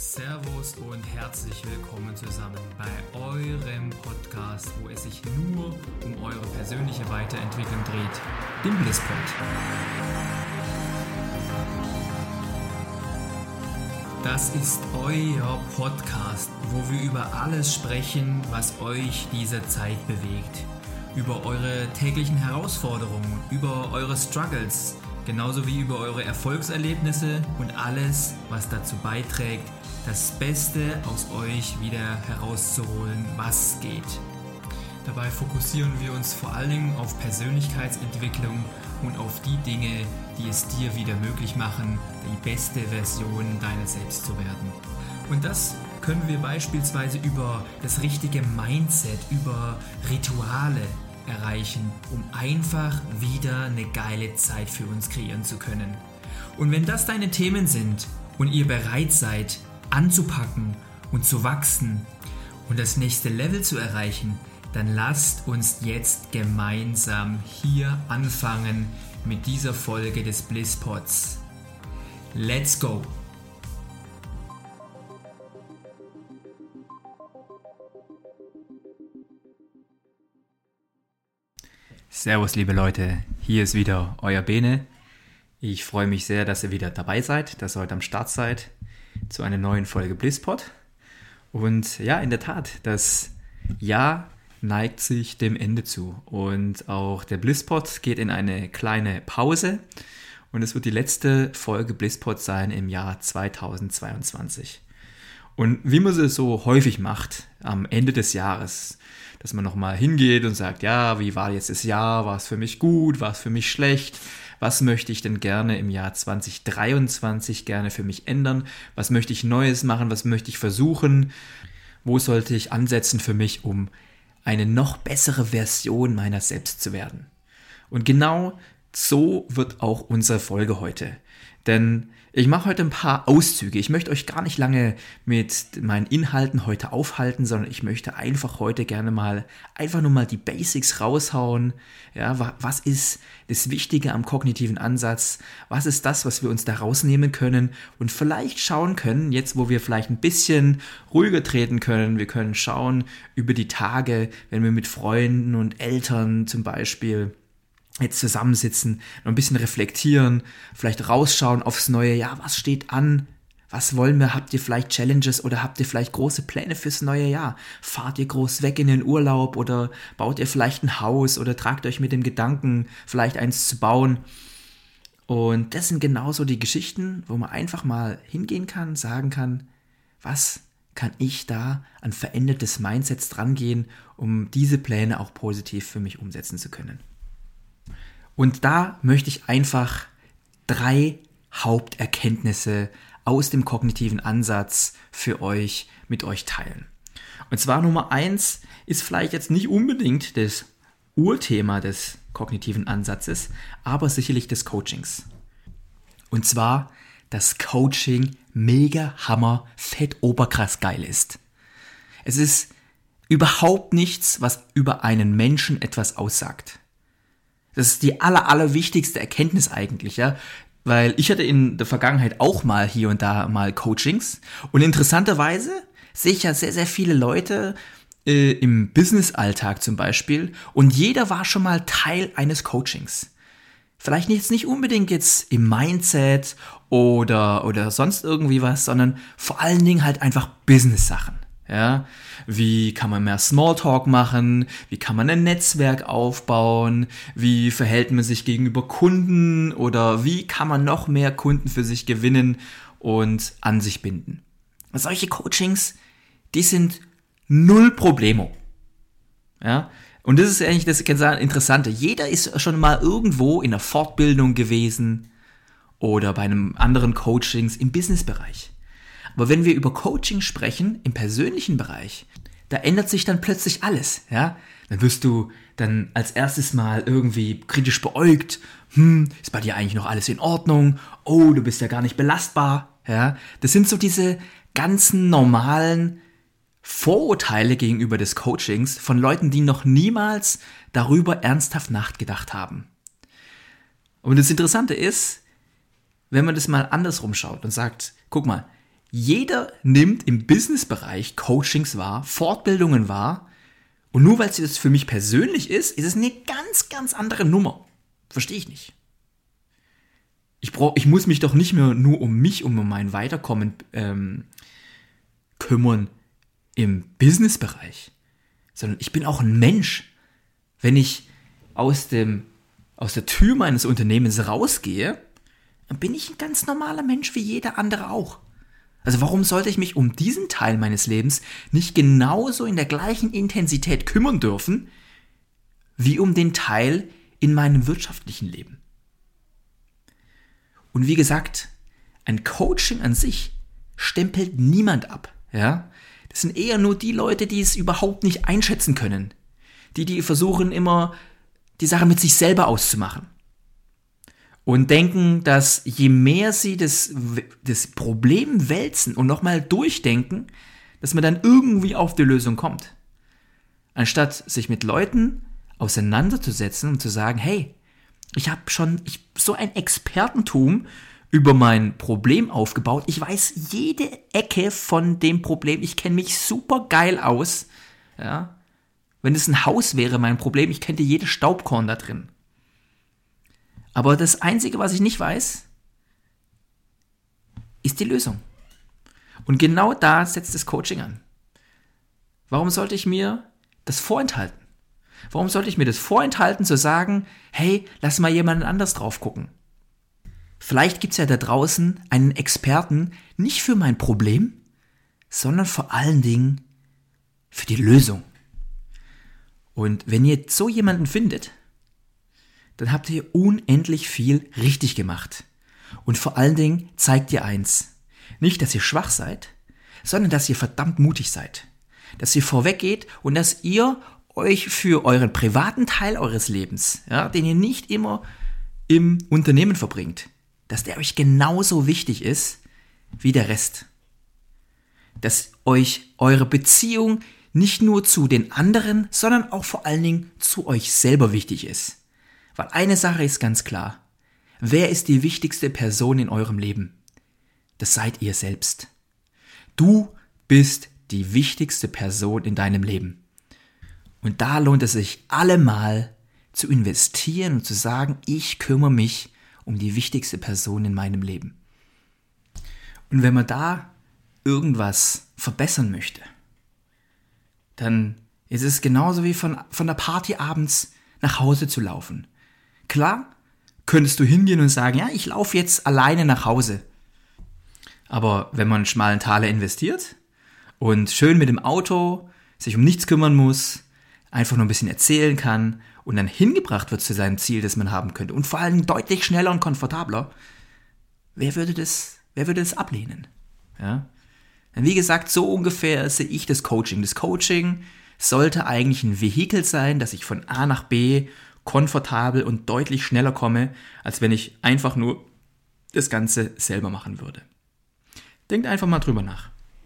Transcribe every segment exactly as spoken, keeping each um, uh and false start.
Servus und herzlich willkommen zusammen bei eurem Podcast, wo es sich nur um eure persönliche Weiterentwicklung dreht, dem Blisspod. Das ist euer Podcast, wo wir über alles sprechen, was euch diese Zeit bewegt. Über eure täglichen Herausforderungen, über eure Struggles, genauso wie über eure Erfolgserlebnisse und alles, was dazu beiträgt, das Beste aus euch wieder herauszuholen, was geht. Dabei fokussieren wir uns vor allen Dingen auf Persönlichkeitsentwicklung und auf die Dinge, die es dir wieder möglich machen, die beste Version deiner selbst zu werden. Und das können wir beispielsweise über das richtige Mindset, über Rituale erreichen, um einfach wieder eine geile Zeit für uns kreieren zu können. Und wenn das deine Themen sind und ihr bereit seid, anzupacken und zu wachsen und das nächste Level zu erreichen, dann lasst uns jetzt gemeinsam hier anfangen mit dieser Folge des Blisspods. Let's go! Servus liebe Leute, hier ist wieder euer Bene. Ich freue mich sehr, dass ihr wieder dabei seid, dass ihr heute am Start seid zu einer neuen Folge Blisspod. Und ja, in der Tat, das Jahr neigt sich dem Ende zu und auch der Blisspod geht in eine kleine Pause und es wird die letzte Folge Blisspod sein im Jahr zweitausendzweiundzwanzig. Und wie man es so häufig macht am Ende des Jahres, dass man nochmal hingeht und sagt, ja, wie war jetzt das Jahr, war es für mich gut, war es für mich schlecht, was möchte ich denn gerne im Jahr zweitausenddreiundzwanzig gerne für mich ändern, was möchte ich Neues machen, was möchte ich versuchen, wo sollte ich ansetzen für mich, um eine noch bessere Version meiner selbst zu werden. Und genau so wird auch unsere Folge heute. Denn ich mache heute ein paar Auszüge. Ich möchte euch gar nicht lange mit meinen Inhalten heute aufhalten, sondern ich möchte einfach heute gerne mal einfach nur mal die Basics raushauen. Ja, was ist das Wichtige am kognitiven Ansatz? Was ist das, was wir uns da rausnehmen können? Und vielleicht schauen können, jetzt wo wir vielleicht ein bisschen ruhiger treten können, wir können schauen über die Tage, wenn wir mit Freunden und Eltern zum Beispiel jetzt zusammensitzen, noch ein bisschen reflektieren, vielleicht rausschauen aufs neue Jahr, was steht an, was wollen wir, habt ihr vielleicht Challenges oder habt ihr vielleicht große Pläne fürs neue Jahr, fahrt ihr groß weg in den Urlaub oder baut ihr vielleicht ein Haus oder tragt euch mit dem Gedanken, vielleicht eins zu bauen. Und das sind genauso die Geschichten, wo man einfach mal hingehen kann, sagen kann, was kann ich da an verändertes Mindsets drangehen, um diese Pläne auch positiv für mich umsetzen zu können. Und da möchte ich einfach drei Haupterkenntnisse aus dem kognitiven Ansatz für euch mit euch teilen. Und zwar Nummer eins ist vielleicht jetzt nicht unbedingt das Urthema des kognitiven Ansatzes, aber sicherlich des Coachings. Und zwar, dass Coaching mega hammer fett oberkrass geil ist. Es ist überhaupt nichts, was über einen Menschen etwas aussagt. Das ist die aller, aller wichtigste Erkenntnis eigentlich, ja, weil ich hatte in der Vergangenheit auch mal hier und da mal Coachings und interessanterweise sehe ich ja sehr, sehr viele Leute äh, im Business-Alltag zum Beispiel und jeder war schon mal Teil eines Coachings. Vielleicht jetzt nicht unbedingt jetzt im Mindset oder, oder sonst irgendwie was, sondern vor allen Dingen halt einfach Business-Sachen. Ja, wie kann man mehr Smalltalk machen? Wie kann man ein Netzwerk aufbauen? Wie verhält man sich gegenüber Kunden? Oder wie kann man noch mehr Kunden für sich gewinnen und an sich binden? Und solche Coachings, die sind null Problemo. Ja, und das ist eigentlich das Interessante. Jeder ist schon mal irgendwo in einer Fortbildung gewesen oder bei einem anderen Coachings im Businessbereich. Aber wenn wir über Coaching sprechen, im persönlichen Bereich, da ändert sich dann plötzlich alles, ja. Dann wirst du dann als erstes mal irgendwie kritisch beäugt, hm, ist bei dir eigentlich noch alles in Ordnung? Oh, du bist ja gar nicht belastbar, ja. Das sind so diese ganzen normalen Vorurteile gegenüber des Coachings von Leuten, die noch niemals darüber ernsthaft nachgedacht haben. Und das Interessante ist, wenn man das mal andersrum schaut und sagt, guck mal, Jeder nimmt im Businessbereich Coachings wahr, Fortbildungen wahr. Und nur weil es das für mich persönlich ist, ist es eine ganz, ganz andere Nummer. Verstehe ich nicht. Ich, brauch, ich muss mich doch nicht mehr nur um mich, um mein Weiterkommen ähm, kümmern im Businessbereich, sondern ich bin auch ein Mensch. Wenn ich aus, dem, aus der Tür meines Unternehmens rausgehe, dann bin ich ein ganz normaler Mensch wie jeder andere auch. Also warum sollte ich mich um diesen Teil meines Lebens nicht genauso in der gleichen Intensität kümmern dürfen, wie um den Teil in meinem wirtschaftlichen Leben? Und wie gesagt, ein Coaching an sich stempelt niemand ab. Ja? Das sind eher nur die Leute, die es überhaupt nicht einschätzen können. Die, die versuchen immer, die Sache mit sich selber auszumachen. Und denken, dass je mehr sie das, das Problem wälzen und nochmal durchdenken, dass man dann irgendwie auf die Lösung kommt. Anstatt sich mit Leuten auseinanderzusetzen und zu sagen, hey, ich habe schon ich, so ein Expertentum über mein Problem aufgebaut. Ich weiß jede Ecke von dem Problem. Ich kenne mich super geil aus. Ja? Wenn es ein Haus wäre, mein Problem, ich könnte jedes Staubkorn da drin. Aber das Einzige, was ich nicht weiß, ist die Lösung. Und genau da setzt das Coaching an. Warum sollte ich mir das vorenthalten? Warum sollte ich mir das vorenthalten, zu sagen, hey, lass mal jemanden anders drauf gucken? Vielleicht gibt es ja da draußen einen Experten, nicht für mein Problem, sondern vor allen Dingen für die Lösung. Und wenn ihr so jemanden findet, dann habt ihr unendlich viel richtig gemacht. Und vor allen Dingen zeigt ihr eins. Nicht, dass ihr schwach seid, sondern dass ihr verdammt mutig seid. Dass ihr vorweggeht und dass ihr euch für euren privaten Teil eures Lebens, ja, den ihr nicht immer im Unternehmen verbringt, dass der euch genauso wichtig ist wie der Rest. Dass euch eure Beziehung nicht nur zu den anderen, sondern auch vor allen Dingen zu euch selber wichtig ist. Weil eine Sache ist ganz klar. Wer ist die wichtigste Person in eurem Leben? Das seid ihr selbst. Du bist die wichtigste Person in deinem Leben. Und da lohnt es sich allemal zu investieren und zu sagen, ich kümmere mich um die wichtigste Person in meinem Leben. Und wenn man da irgendwas verbessern möchte, dann ist es genauso wie von, von der Party abends nach Hause zu laufen. Klar, könntest du hingehen und sagen, ja, ich laufe jetzt alleine nach Hause. Aber wenn man einen schmalen Taler investiert und schön mit dem Auto sich um nichts kümmern muss, einfach nur ein bisschen erzählen kann und dann hingebracht wird zu seinem Ziel, das man haben könnte und vor allem deutlich schneller und komfortabler, wer würde das, wer würde das ablehnen? Ja? Wie gesagt, so ungefähr sehe ich das Coaching. Das Coaching sollte eigentlich ein Vehikel sein, dass ich von A nach B komfortabel und deutlich schneller komme, als wenn ich einfach nur das Ganze selber machen würde. Denkt einfach mal drüber nach.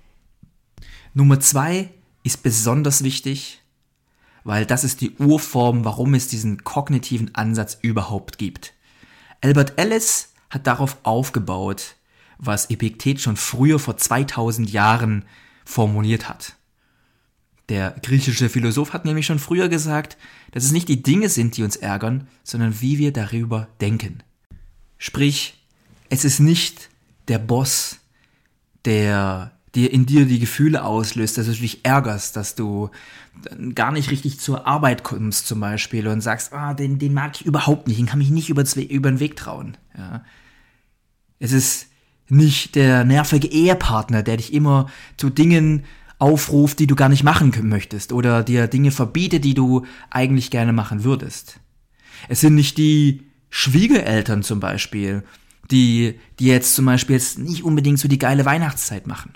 Nummer zwei ist besonders wichtig, weil das ist die Urform, warum es diesen kognitiven Ansatz überhaupt gibt. Albert Ellis hat darauf aufgebaut, was Epiktet schon früher vor zweitausend Jahren formuliert hat. Der griechische Philosoph hat nämlich schon früher gesagt, dass es nicht die Dinge sind, die uns ärgern, sondern wie wir darüber denken. Sprich, es ist nicht der Boss, der dir in dir die Gefühle auslöst, dass du dich ärgerst, dass du gar nicht richtig zur Arbeit kommst zum Beispiel und sagst, ah, den, den mag ich überhaupt nicht, den kann mich nicht über, über den Weg trauen. Ja. Es ist nicht der nervige Ehepartner, der dich immer zu Dingen aufruft, die du gar nicht machen möchtest oder dir Dinge verbietet, die du eigentlich gerne machen würdest. Es sind nicht die Schwiegereltern zum Beispiel, die, die jetzt zum Beispiel jetzt nicht unbedingt so die geile Weihnachtszeit machen.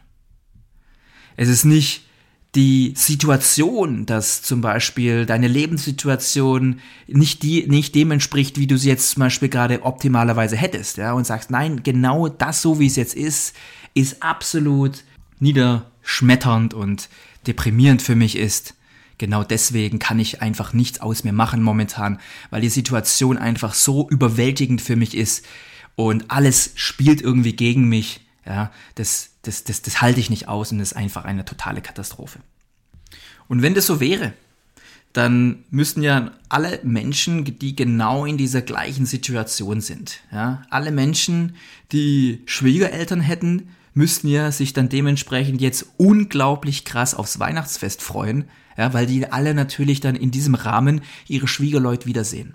Es ist nicht die Situation, dass zum Beispiel deine Lebenssituation nicht die, nicht dem entspricht, wie du sie jetzt zum Beispiel gerade optimalerweise hättest, ja, und sagst, nein, genau das, so wie es jetzt ist, ist absolut niederschmetternd und deprimierend für mich ist. Genau deswegen kann ich einfach nichts aus mir machen momentan, weil die Situation einfach so überwältigend für mich ist und alles spielt irgendwie gegen mich. Ja, das, das, das, das halte ich nicht aus und das ist einfach eine totale Katastrophe. Und wenn das so wäre, dann müssten ja alle Menschen, die genau in dieser gleichen Situation sind, ja, alle Menschen, die Schwiegereltern hätten, müssten ja sich dann dementsprechend jetzt unglaublich krass aufs Weihnachtsfest freuen, ja, weil die alle natürlich dann in diesem Rahmen ihre Schwiegerleute wiedersehen.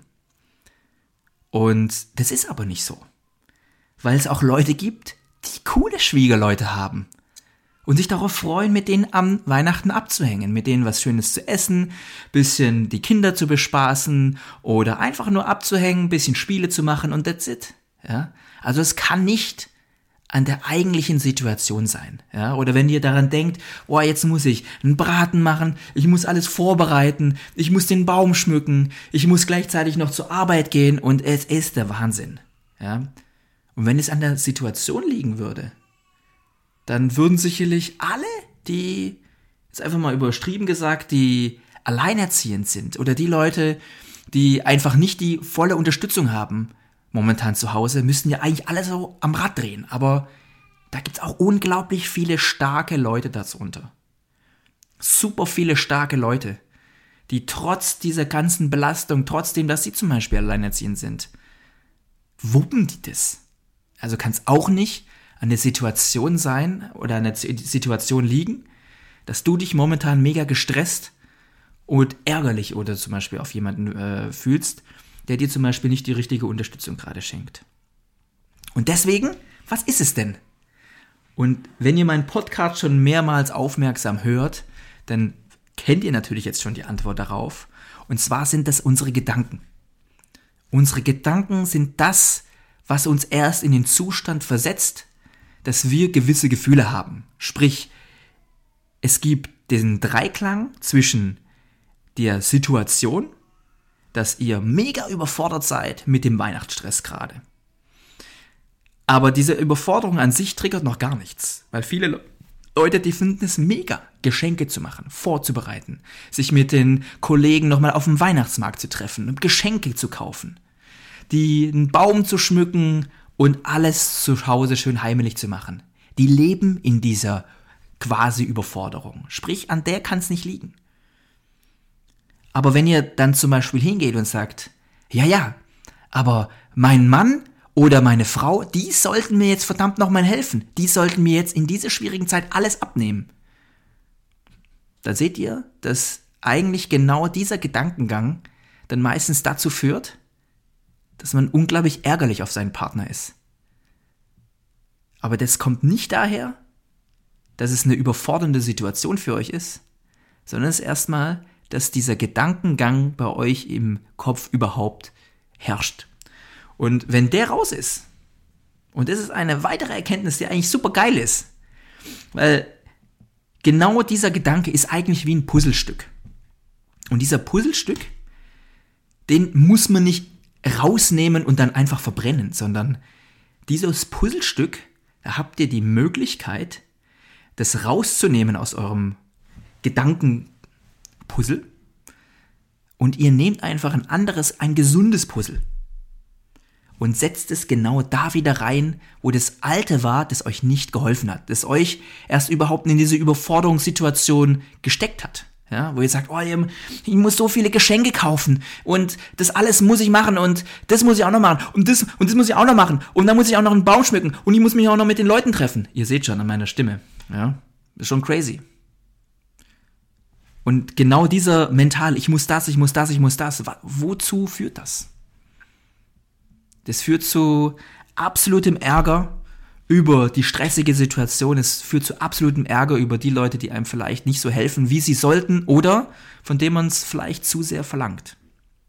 Und das ist aber nicht so, weil es auch Leute gibt, die coole Schwiegerleute haben und sich darauf freuen, mit denen am Weihnachten abzuhängen, mit denen was Schönes zu essen, bisschen die Kinder zu bespaßen oder einfach nur abzuhängen, bisschen Spiele zu machen und that's it. Ja? Also es kann nicht an der eigentlichen Situation sein. Ja? Oder wenn ihr daran denkt, boah, jetzt muss ich einen Braten machen, ich muss alles vorbereiten, ich muss den Baum schmücken, ich muss gleichzeitig noch zur Arbeit gehen und es ist der Wahnsinn. Ja? Und wenn es an der Situation liegen würde, dann würden sicherlich alle, die, jetzt einfach mal übertrieben gesagt, die alleinerziehend sind oder die Leute, die einfach nicht die volle Unterstützung haben, momentan zu Hause, müssten ja eigentlich alle so am Rad drehen. Aber da gibt es auch unglaublich viele starke Leute darunter. Super viele starke Leute, die trotz dieser ganzen Belastung, trotzdem, dass sie zum Beispiel alleinerziehend sind, wuppen die das. Also kann es auch nicht an der Situation sein oder an der Situation liegen, dass du dich momentan mega gestresst und ärgerlich oder zum Beispiel auf jemanden äh, fühlst, der dir zum Beispiel nicht die richtige Unterstützung gerade schenkt. Und deswegen, was ist es denn? Und wenn ihr meinen Podcast schon mehrmals aufmerksam hört, dann kennt ihr natürlich jetzt schon die Antwort darauf. Und zwar sind das unsere Gedanken. Unsere Gedanken sind das, was uns erst in den Zustand versetzt, dass wir gewisse Gefühle haben. Sprich, es gibt den Dreiklang zwischen der Situation, dass ihr mega überfordert seid mit dem Weihnachtsstress gerade. Aber diese Überforderung an sich triggert noch gar nichts, weil viele Leute, die finden es mega, Geschenke zu machen, vorzubereiten, sich mit den Kollegen nochmal auf dem Weihnachtsmarkt zu treffen und Geschenke zu kaufen, die einen Baum zu schmücken und alles zu Hause schön heimelig zu machen. Die leben in dieser quasi Überforderung. Sprich, an der kann es nicht liegen. Aber wenn ihr dann zum Beispiel hingeht und sagt, ja, ja, aber mein Mann oder meine Frau, die sollten mir jetzt verdammt nochmal helfen. Die sollten mir jetzt in dieser schwierigen Zeit alles abnehmen. Da seht ihr, dass eigentlich genau dieser Gedankengang dann meistens dazu führt, dass man unglaublich ärgerlich auf seinen Partner ist. Aber das kommt nicht daher, dass es eine überfordernde Situation für euch ist, sondern es ist erstmal, dass dieser Gedankengang bei euch im Kopf überhaupt herrscht. Und wenn der raus ist, und das ist eine weitere Erkenntnis, die eigentlich super geil ist, weil genau dieser Gedanke ist eigentlich wie ein Puzzlestück. Und dieser Puzzlestück, den muss man nicht rausnehmen und dann einfach verbrennen, sondern dieses Puzzlestück, da habt ihr die Möglichkeit, das rauszunehmen aus eurem Gedankenpuzzle und ihr nehmt einfach ein anderes, ein gesundes Puzzle und setzt es genau da wieder rein, wo das alte war, das euch nicht geholfen hat, das euch erst überhaupt in diese Überforderungssituation gesteckt hat. Ja, wo ihr sagt, oh, ich muss so viele Geschenke kaufen und das alles muss ich machen und das muss ich auch noch machen und das und das muss ich auch noch machen und dann muss ich auch noch einen Baum schmücken und ich muss mich auch noch mit den Leuten treffen. Ihr seht schon an meiner Stimme, ja, ist schon crazy. Und genau dieser mental, ich muss das, ich muss das, ich muss das, wozu führt das? Das führt zu absolutem Ärger über die stressige Situation, es führt zu absolutem Ärger über die Leute, die einem vielleicht nicht so helfen, wie sie sollten oder von denen man es vielleicht zu sehr verlangt.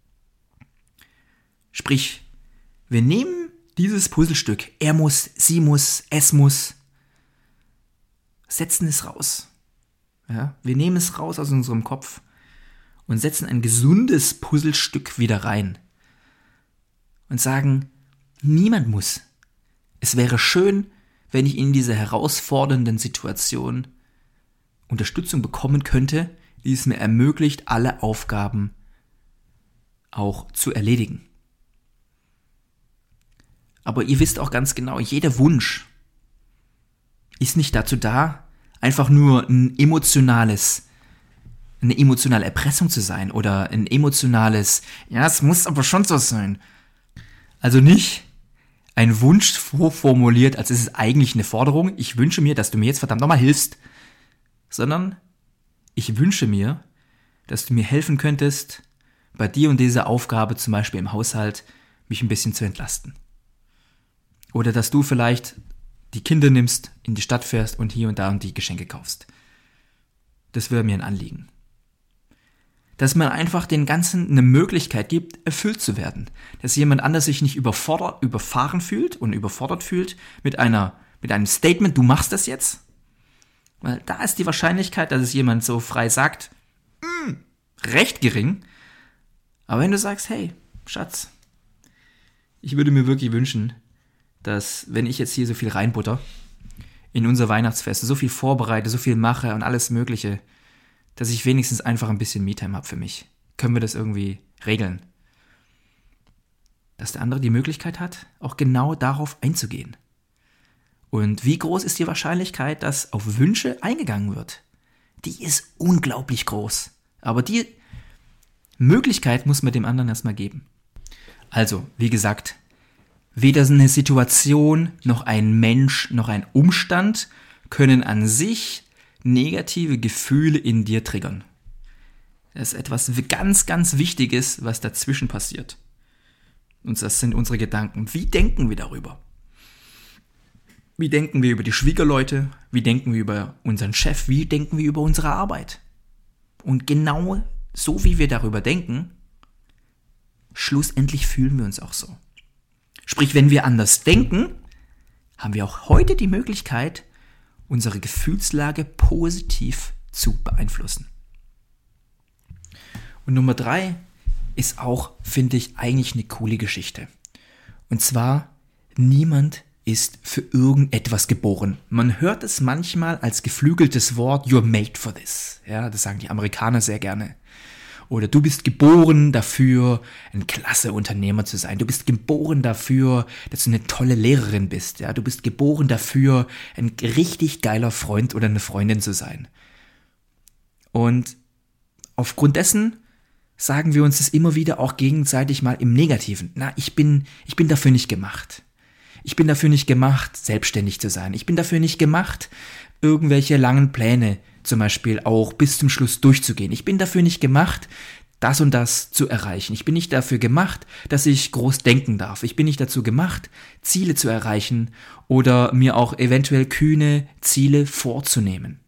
Sprich, wir nehmen dieses Puzzlestück, er muss, sie muss, es muss, setzen es raus. Ja, wir nehmen es raus aus unserem Kopf und setzen ein gesundes Puzzlestück wieder rein und sagen, niemand muss. Es wäre schön, wenn ich in dieser herausfordernden Situation Unterstützung bekommen könnte, die es mir ermöglicht, alle Aufgaben auch zu erledigen. Aber ihr wisst auch ganz genau, jeder Wunsch, ist nicht dazu da, einfach nur ein emotionales, eine emotionale Erpressung zu sein oder ein emotionales, ja, es muss aber schon so sein. Also nicht ein Wunsch vorformuliert, als ist es eigentlich eine Forderung, ich wünsche mir, dass du mir jetzt verdammt nochmal hilfst, sondern ich wünsche mir, dass du mir helfen könntest, bei dir und dieser Aufgabe, zum Beispiel im Haushalt, mich ein bisschen zu entlasten. Oder dass du vielleicht die Kinder nimmst, in die Stadt fährst und hier und da und die Geschenke kaufst. Das wäre mir ein Anliegen. Dass man einfach den Ganzen eine Möglichkeit gibt, erfüllt zu werden. Dass jemand anders sich nicht überfordert, überfahren fühlt und überfordert fühlt mit einer, mit einem Statement, du machst das jetzt. Weil da ist die Wahrscheinlichkeit, dass es jemand so frei sagt, mm, recht gering. Aber wenn du sagst, hey, Schatz, ich würde mir wirklich wünschen, dass, wenn ich jetzt hier so viel reinbutter in unser Weihnachtsfest, so viel vorbereite, so viel mache und alles Mögliche, dass ich wenigstens einfach ein bisschen Me-Time habe für mich. Können wir das irgendwie regeln? Dass der andere die Möglichkeit hat, auch genau darauf einzugehen. Und wie groß ist die Wahrscheinlichkeit, dass auf Wünsche eingegangen wird? Die ist unglaublich groß. Aber die Möglichkeit muss man dem anderen erstmal geben. Also, wie gesagt, weder eine Situation, noch ein Mensch, noch ein Umstand können an sich negative Gefühle in dir triggern. Das ist etwas ganz, ganz Wichtiges, was dazwischen passiert. Und das sind unsere Gedanken. Wie denken wir darüber? Wie denken wir über die Schwiegerleute? Wie denken wir über unseren Chef? Wie denken wir über unsere Arbeit? Und genau so wie wir darüber denken, schlussendlich fühlen wir uns auch so. Sprich, wenn wir anders denken, haben wir auch heute die Möglichkeit, unsere Gefühlslage positiv zu beeinflussen. Und Nummer drei ist auch, finde ich, eigentlich eine coole Geschichte. Und zwar, niemand ist für irgendetwas geboren. Man hört es manchmal als geflügeltes Wort, you're made for this. Ja, das sagen die Amerikaner sehr gerne. Oder du bist geboren dafür, ein klasse Unternehmer zu sein. Du bist geboren dafür, dass du eine tolle Lehrerin bist. Ja, du bist geboren dafür, ein richtig geiler Freund oder eine Freundin zu sein. Und aufgrund dessen sagen wir uns das immer wieder auch gegenseitig mal im Negativen. Na, ich bin, ich bin dafür nicht gemacht. Ich bin dafür nicht gemacht, selbstständig zu sein. Ich bin dafür nicht gemacht, irgendwelche langen Pläne zum Beispiel auch bis zum Schluss durchzugehen. Ich bin dafür nicht gemacht, das und das zu erreichen. Ich bin nicht dafür gemacht, dass ich groß denken darf. Ich bin nicht dazu gemacht, Ziele zu erreichen oder mir auch eventuell kühne Ziele vorzunehmen.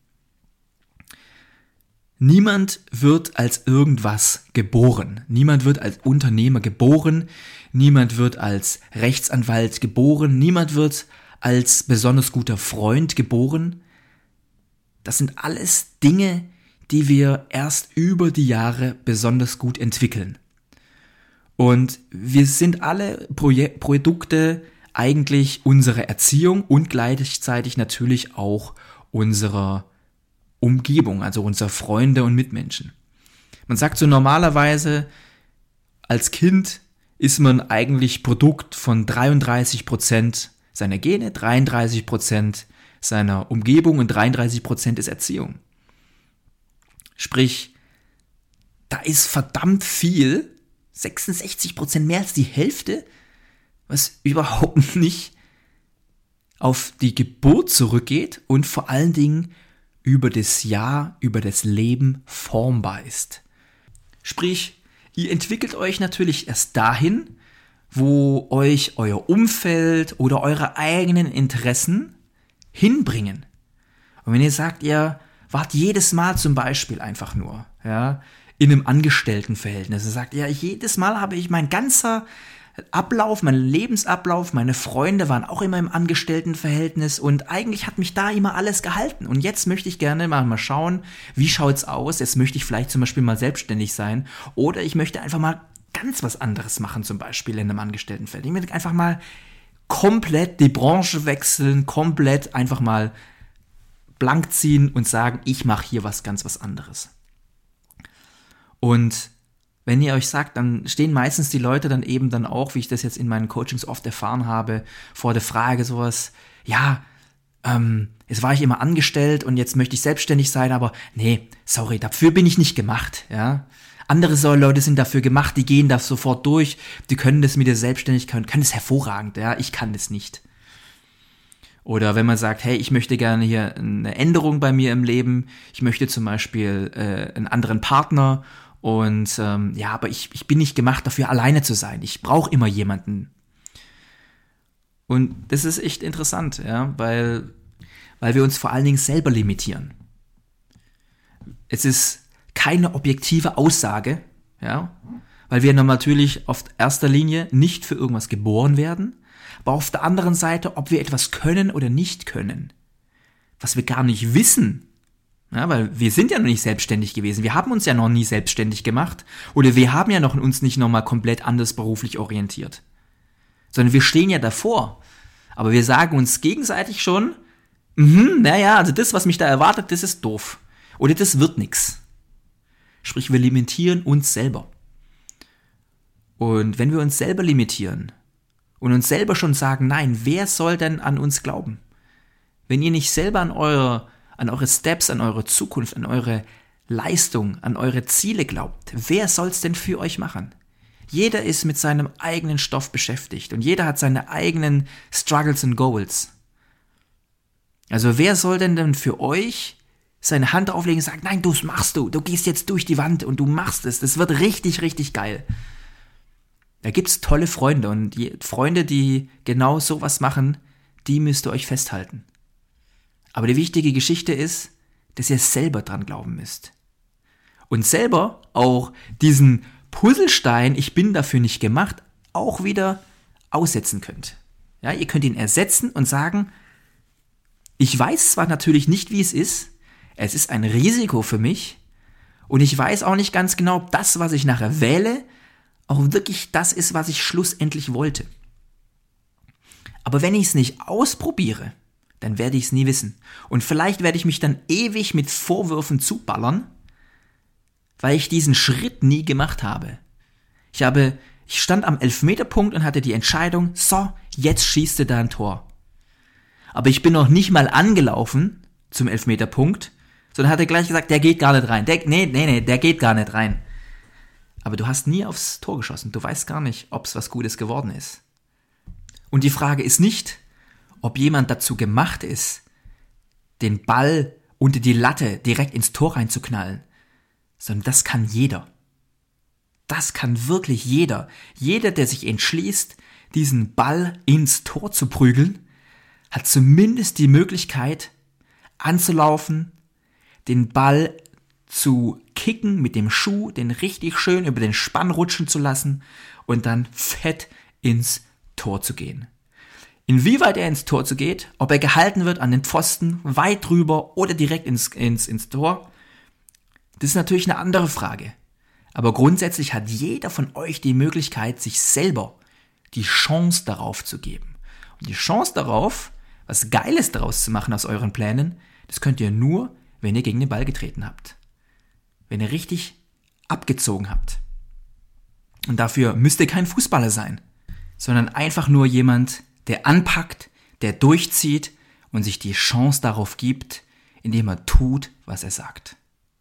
Niemand wird als irgendwas geboren. Niemand wird als Unternehmer geboren. Niemand wird als Rechtsanwalt geboren. Niemand wird als besonders guter Freund geboren. Das sind alles Dinge, die wir erst über die Jahre besonders gut entwickeln. Und wir sind alle Proje- Produkte eigentlich unserer Erziehung und gleichzeitig natürlich auch unserer Umgebung, also unserer Freunde und Mitmenschen. Man sagt so normalerweise, als Kind ist man eigentlich Produkt von dreiunddreißig Prozent seiner Gene, dreiunddreißig Prozent seiner Umgebung und dreiunddreißig Prozent ist Erziehung. Sprich, da ist verdammt viel, sechsundsechzig Prozent, mehr als die Hälfte, was überhaupt nicht auf die Geburt zurückgeht und vor allen Dingen über das Jahr, über das Leben formbar ist. Sprich, ihr entwickelt euch natürlich erst dahin, wo euch euer Umfeld oder eure eigenen Interessen hinbringen. Und wenn ihr sagt, ihr wart jedes Mal zum Beispiel einfach nur, ja, in einem Angestelltenverhältnis, ihr sagt, ja, jedes Mal habe ich mein ganzer Ablauf, mein Lebensablauf, meine Freunde waren auch immer im Angestelltenverhältnis und eigentlich hat mich da immer alles gehalten. Und jetzt möchte ich gerne mal, mal schauen, wie schaut's aus? Jetzt möchte ich vielleicht zum Beispiel mal selbstständig sein oder ich möchte einfach mal ganz was anderes machen, zum Beispiel in einem Angestelltenverhältnis. Ich möchte einfach mal komplett die Branche wechseln, komplett einfach mal blank ziehen und sagen, ich mache hier was ganz was anderes. Und wenn ihr euch sagt, dann stehen meistens die Leute dann eben dann auch, wie ich das jetzt in meinen Coachings oft erfahren habe, vor der Frage sowas, ja, ähm, jetzt war ich immer angestellt und jetzt möchte ich selbstständig sein, aber nee, sorry, dafür bin ich nicht gemacht, ja. Andere so Leute sind dafür gemacht, die gehen da sofort durch, die können das mit der Selbstständigkeit, können das hervorragend, ja, ich kann das nicht. Oder wenn man sagt, hey, ich möchte gerne hier eine Änderung bei mir im Leben, ich möchte zum Beispiel äh, einen anderen Partner und ähm, ja, aber ich, ich bin nicht gemacht dafür, alleine zu sein, ich brauche immer jemanden. Und das ist echt interessant, ja, weil, weil wir uns vor allen Dingen selber limitieren. Es ist keine objektive Aussage, ja, weil wir natürlich auf erster Linie nicht für irgendwas geboren werden, aber auf der anderen Seite, ob wir etwas können oder nicht können, was wir gar nicht wissen, ja, weil wir sind ja noch nicht selbstständig gewesen, wir haben uns ja noch nie selbstständig gemacht oder wir haben ja noch uns nicht nochmal komplett anders beruflich orientiert, sondern wir stehen ja davor, aber wir sagen uns gegenseitig schon, mhm, naja, also das, was mich da erwartet, das ist doof oder das wird nix. Sprich, wir limitieren uns selber. Und wenn wir uns selber limitieren und uns selber schon sagen, nein, wer soll denn an uns glauben? Wenn ihr nicht selber an eure, an eure Steps, an eure Zukunft, an eure Leistung, an eure Ziele glaubt, wer soll's denn für euch machen? Jeder ist mit seinem eigenen Stoff beschäftigt und jeder hat seine eigenen Struggles and Goals. Also wer soll denn denn für euch seine Hand auflegen und sagt, nein, das machst du, du gehst jetzt durch die Wand und du machst es, das wird richtig, richtig geil. Da gibt's tolle Freunde und die Freunde, die genau sowas machen, die müsst ihr euch festhalten. Aber die wichtige Geschichte ist, dass ihr selber dran glauben müsst. Und selber auch diesen Puzzlestein, ich bin dafür nicht gemacht, auch wieder aussetzen könnt. Ja, ihr könnt ihn ersetzen und sagen, ich weiß zwar natürlich nicht, wie es ist, es ist ein Risiko für mich und ich weiß auch nicht ganz genau, ob das, was ich nachher wähle, auch wirklich das ist, was ich schlussendlich wollte. Aber wenn ich es nicht ausprobiere, dann werde ich es nie wissen. Und vielleicht werde ich mich dann ewig mit Vorwürfen zuballern, weil ich diesen Schritt nie gemacht habe. Ich habe, ich stand am Elfmeterpunkt und hatte die Entscheidung, so, jetzt schießt du da ein Tor. Aber ich bin noch nicht mal angelaufen zum Elfmeterpunkt, sondern hat er gleich gesagt, der geht gar nicht rein. Der, nee, nee, nee, der geht gar nicht rein. Aber du hast nie aufs Tor geschossen. Du weißt gar nicht, ob es was Gutes geworden ist. Und die Frage ist nicht, ob jemand dazu gemacht ist, den Ball unter die Latte direkt ins Tor reinzuknallen, sondern das kann jeder. Das kann wirklich jeder. Jeder, der sich entschließt, diesen Ball ins Tor zu prügeln, hat zumindest die Möglichkeit, anzulaufen, den Ball zu kicken mit dem Schuh, den richtig schön über den Spann rutschen zu lassen und dann fett ins Tor zu gehen. Inwieweit er ins Tor zu geht, ob er gehalten wird an den Pfosten, weit drüber oder direkt ins, ins, ins Tor, das ist natürlich eine andere Frage. Aber grundsätzlich hat jeder von euch die Möglichkeit, sich selber die Chance darauf zu geben. Und die Chance darauf, was Geiles daraus zu machen aus euren Plänen, das könnt ihr nur, wenn ihr gegen den Ball getreten habt. Wenn ihr richtig abgezogen habt. Und dafür müsst ihr kein Fußballer sein, sondern einfach nur jemand, der anpackt, der durchzieht und sich die Chance darauf gibt, indem er tut, was er sagt.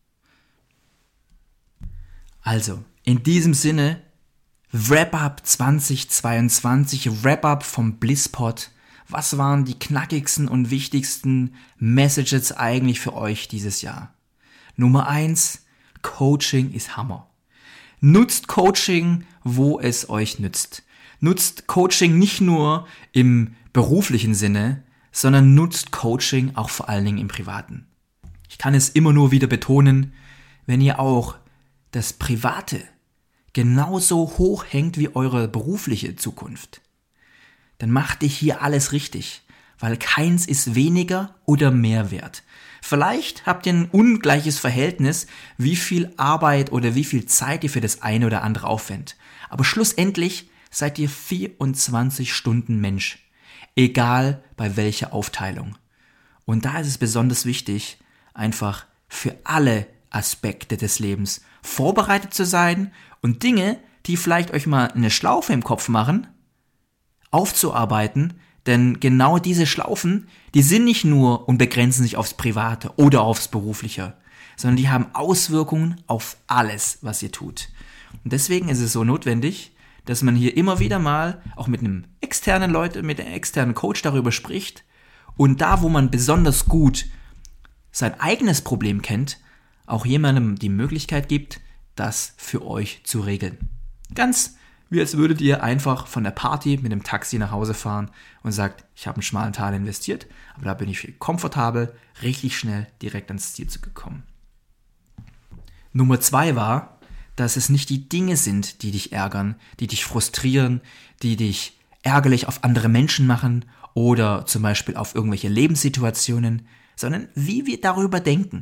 Also, in diesem Sinne, Wrap-up zwanzig zweiundzwanzig, Wrap-up vom Blisspot. Was waren die knackigsten und wichtigsten Messages eigentlich für euch dieses Jahr? Nummer eins, Coaching ist Hammer. Nutzt Coaching, wo es euch nützt. Nutzt Coaching nicht nur im beruflichen Sinne, sondern nutzt Coaching auch vor allen Dingen im Privaten. Ich kann es immer nur wieder betonen, wenn ihr auch das Private genauso hoch hängt wie eure berufliche Zukunft, dann macht ihr hier alles richtig, weil keins ist weniger oder mehr wert. Vielleicht habt ihr ein ungleiches Verhältnis, wie viel Arbeit oder wie viel Zeit ihr für das eine oder andere aufwendet. Aber schlussendlich seid ihr vierundzwanzig Stunden Mensch, egal bei welcher Aufteilung. Und da ist es besonders wichtig, einfach für alle Aspekte des Lebens vorbereitet zu sein und Dinge, die vielleicht euch mal eine Schlaufe im Kopf machen, aufzuarbeiten, Denn genau diese Schlaufen, die sind nicht nur und begrenzen sich aufs Private oder aufs Berufliche, sondern die haben Auswirkungen auf alles, was ihr tut. Und deswegen ist es so notwendig, dass man hier immer wieder mal auch mit einem externen Leute, mit einem externen Coach darüber spricht und da, wo man besonders gut sein eigenes Problem kennt, auch jemandem die Möglichkeit gibt, das für euch zu regeln. Ganz wie als würdet ihr einfach von der Party mit dem Taxi nach Hause fahren und sagt, ich habe einen schmalen Taler investiert, aber da bin ich komfortabel, richtig schnell direkt ans Ziel gekommen. Nummer zwei war, dass es nicht die Dinge sind, die dich ärgern, die dich frustrieren, die dich ärgerlich auf andere Menschen machen oder zum Beispiel auf irgendwelche Lebenssituationen, sondern wie wir darüber denken.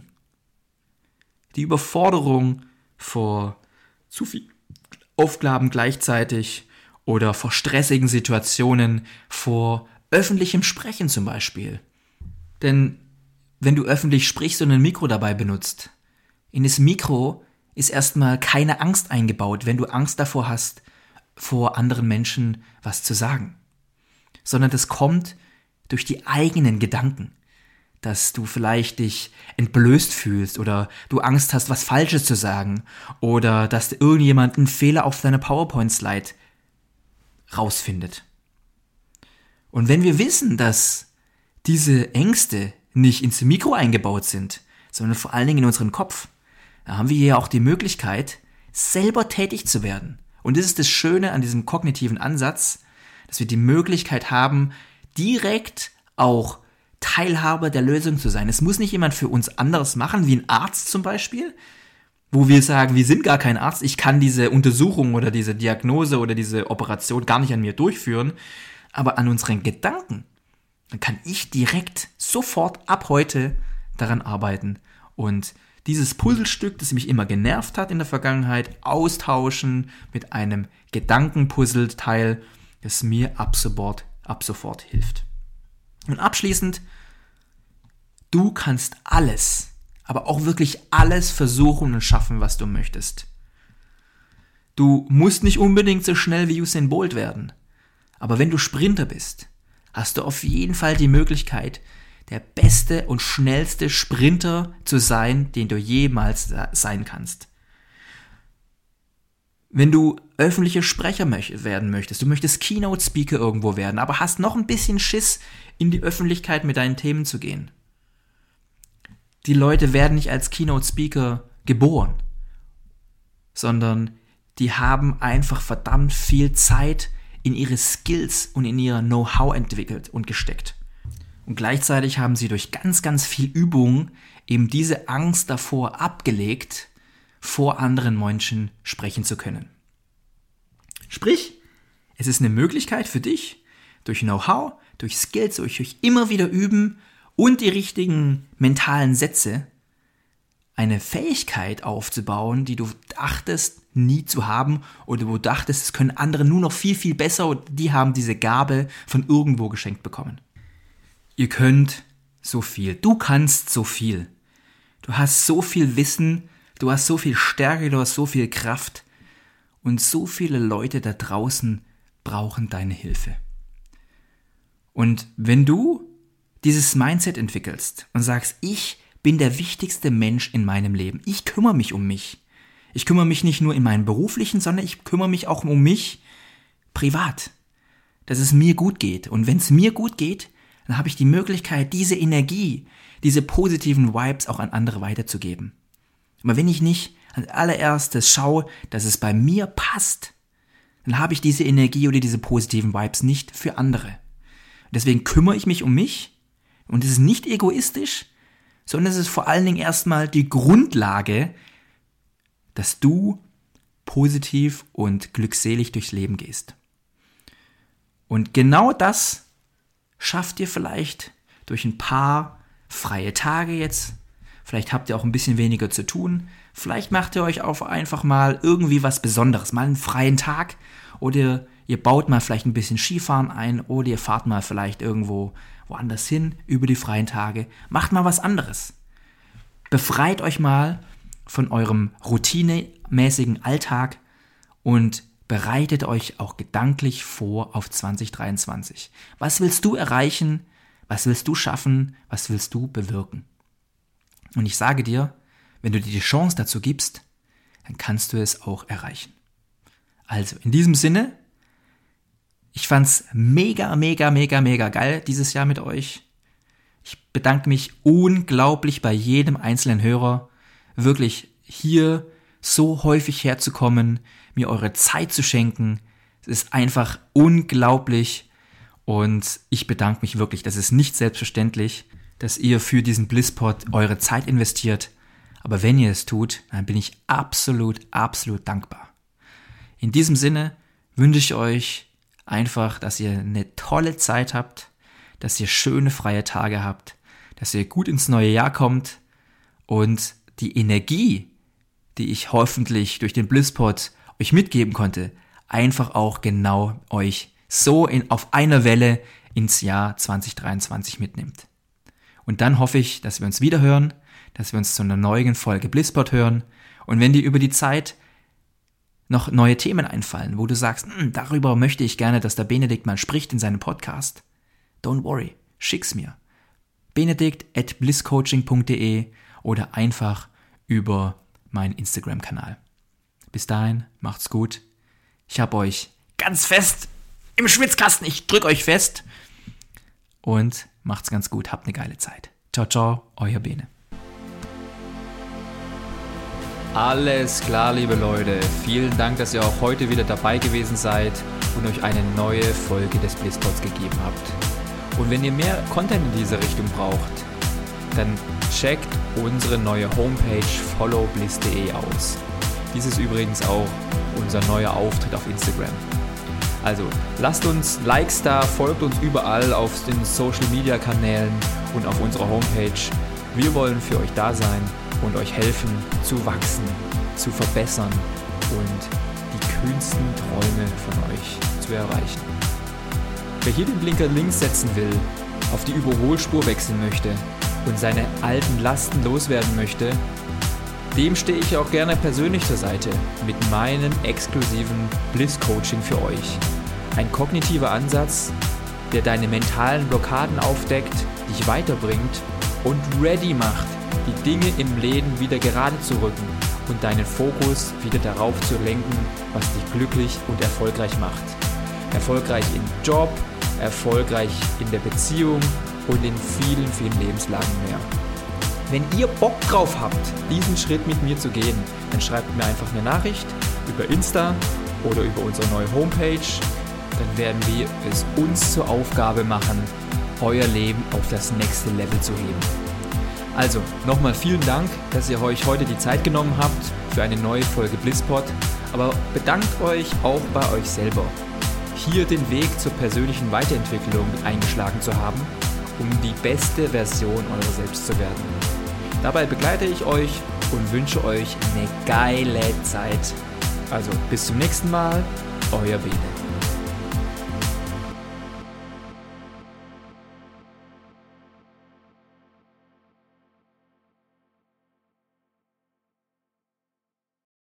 Die Überforderung vor zu viel Aufgaben gleichzeitig oder vor stressigen Situationen, vor öffentlichem Sprechen zum Beispiel. Denn wenn du öffentlich sprichst und ein Mikro dabei benutzt, in das Mikro ist erstmal keine Angst eingebaut, wenn du Angst davor hast, vor anderen Menschen was zu sagen. Sondern das kommt durch die eigenen Gedanken, dass du vielleicht dich entblößt fühlst oder du Angst hast, was Falsches zu sagen oder dass irgendjemand einen Fehler auf deiner PowerPoint-Slide rausfindet. Und wenn wir wissen, dass diese Ängste nicht ins Mikro eingebaut sind, sondern vor allen Dingen in unseren Kopf, da haben wir hier auch die Möglichkeit, selber tätig zu werden. Und das ist das Schöne an diesem kognitiven Ansatz, dass wir die Möglichkeit haben, direkt auch Teilhaber der Lösung zu sein. Es muss nicht jemand für uns anderes machen, wie ein Arzt zum Beispiel, wo wir sagen, wir sind gar kein Arzt, ich kann diese Untersuchung oder diese Diagnose oder diese Operation gar nicht an mir durchführen, aber an unseren Gedanken, dann kann ich direkt sofort ab heute daran arbeiten und dieses Puzzlestück, das mich immer genervt hat in der Vergangenheit, austauschen mit einem Gedankenpuzzleteil, das mir ab sofort, ab sofort hilft. Und abschließend, du kannst alles, aber auch wirklich alles versuchen und schaffen, was du möchtest. Du musst nicht unbedingt so schnell wie Usain Bolt werden, aber wenn du Sprinter bist, hast du auf jeden Fall die Möglichkeit, der beste und schnellste Sprinter zu sein, den du jemals sein kannst. Wenn du öffentlicher Sprecher möcht- werden möchtest, du möchtest Keynote-Speaker irgendwo werden, aber hast noch ein bisschen Schiss, in die Öffentlichkeit mit deinen Themen zu gehen. Die Leute werden nicht als Keynote-Speaker geboren, sondern die haben einfach verdammt viel Zeit in ihre Skills und in ihr Know-how entwickelt und gesteckt. Und gleichzeitig haben sie durch ganz, ganz viel Übung eben diese Angst davor abgelegt, vor anderen Menschen sprechen zu können. Sprich, es ist eine Möglichkeit für dich, durch Know-how, durch Skills, durch, durch immer wieder üben und die richtigen mentalen Sätze eine Fähigkeit aufzubauen, die du dachtest, nie zu haben oder wo du dachtest, es können andere nur noch viel, viel besser und die haben diese Gabe von irgendwo geschenkt bekommen. Ihr könnt so viel, du kannst so viel. Du hast so viel Wissen, du hast so viel Stärke, du hast so viel Kraft und so viele Leute da draußen brauchen deine Hilfe. Und wenn du dieses Mindset entwickelst und sagst, ich bin der wichtigste Mensch in meinem Leben, ich kümmere mich um mich. Ich kümmere mich nicht nur in meinem beruflichen, sondern ich kümmere mich auch um mich privat, dass es mir gut geht. Und wenn es mir gut geht, dann habe ich die Möglichkeit, diese Energie, diese positiven Vibes auch an andere weiterzugeben. Aber wenn ich nicht als allererstes schaue, dass es bei mir passt, dann habe ich diese Energie oder diese positiven Vibes nicht für andere. Und deswegen kümmere ich mich um mich und es ist nicht egoistisch, sondern es ist vor allen Dingen erstmal die Grundlage, dass du positiv und glückselig durchs Leben gehst. Und genau das schafft ihr vielleicht durch ein paar freie Tage jetzt. Vielleicht habt ihr auch ein bisschen weniger zu tun. Vielleicht macht ihr euch auch einfach mal irgendwie was Besonderes, mal einen freien Tag. Oder ihr baut mal vielleicht ein bisschen Skifahren ein oder ihr fahrt mal vielleicht irgendwo woanders hin über die freien Tage. Macht mal was anderes. Befreit euch mal von eurem routinemäßigen Alltag und bereitet euch auch gedanklich vor auf zwanzig dreiundzwanzig. Was willst du erreichen? Was willst du schaffen? Was willst du bewirken? Und ich sage dir, wenn du dir die Chance dazu gibst, dann kannst du es auch erreichen. Also in diesem Sinne, ich fand's mega, mega, mega, mega geil dieses Jahr mit euch. Ich bedanke mich unglaublich bei jedem einzelnen Hörer, wirklich hier so häufig herzukommen, mir eure Zeit zu schenken. Es ist einfach unglaublich und ich bedanke mich wirklich. Das ist nicht selbstverständlich, dass ihr für diesen Blisspod eure Zeit investiert. Aber wenn ihr es tut, dann bin ich absolut, absolut dankbar. In diesem Sinne wünsche ich euch einfach, dass ihr eine tolle Zeit habt, dass ihr schöne freie Tage habt, dass ihr gut ins neue Jahr kommt und die Energie, die ich hoffentlich durch den Blisspod euch mitgeben konnte, einfach auch genau euch so in, auf einer Welle ins Jahr zwanzig dreiundzwanzig mitnimmt. Und dann hoffe ich, dass wir uns wieder hören, dass wir uns zu einer neuen Folge Blisspod hören und wenn dir über die Zeit noch neue Themen einfallen, wo du sagst, darüber möchte ich gerne, dass der Benedikt mal spricht in seinem Podcast, don't worry, schick's mir. benedikt at blisscoaching punkt de oder einfach über meinen Instagram-Kanal. Bis dahin, macht's gut. Ich hab euch ganz fest im Schwitzkasten. Ich drück euch fest. Und macht's ganz gut. Habt eine geile Zeit. Ciao, ciao, euer Bene. Alles klar, liebe Leute. Vielen Dank, dass ihr auch heute wieder dabei gewesen seid und euch eine neue Folge des Blisspods gegeben habt. Und wenn ihr mehr Content in diese Richtung braucht, dann checkt unsere neue Homepage follow bliss punkt de aus. Dies ist übrigens auch unser neuer Auftritt auf Instagram. Also lasst uns Likes da, folgt uns überall auf den Social Media Kanälen und auf unserer Homepage. Wir wollen für euch da sein und euch helfen zu wachsen, zu verbessern und die kühnsten Träume von euch zu erreichen. Wer hier den Blinker links setzen will, auf die Überholspur wechseln möchte und seine alten Lasten loswerden möchte, dem stehe ich auch gerne persönlich zur Seite mit meinem exklusiven Bliss-Coaching für euch. Ein kognitiver Ansatz, der deine mentalen Blockaden aufdeckt, dich weiterbringt und ready macht, die Dinge im Leben wieder gerade zu rücken und deinen Fokus wieder darauf zu lenken, was dich glücklich und erfolgreich macht. Erfolgreich im Job, erfolgreich in der Beziehung und in vielen, vielen Lebenslagen mehr. Wenn ihr Bock drauf habt, diesen Schritt mit mir zu gehen, dann schreibt mir einfach eine Nachricht über Insta oder über unsere neue Homepage. Dann werden wir es uns zur Aufgabe machen, euer Leben auf das nächste Level zu heben. Also, nochmal vielen Dank, dass ihr euch heute die Zeit genommen habt für eine neue Folge Blisspod, aber bedankt euch auch bei euch selber, hier den Weg zur persönlichen Weiterentwicklung eingeschlagen zu haben, um die beste Version eurer selbst zu werden. Dabei begleite ich euch und wünsche euch eine geile Zeit. Also bis zum nächsten Mal, euer Bene.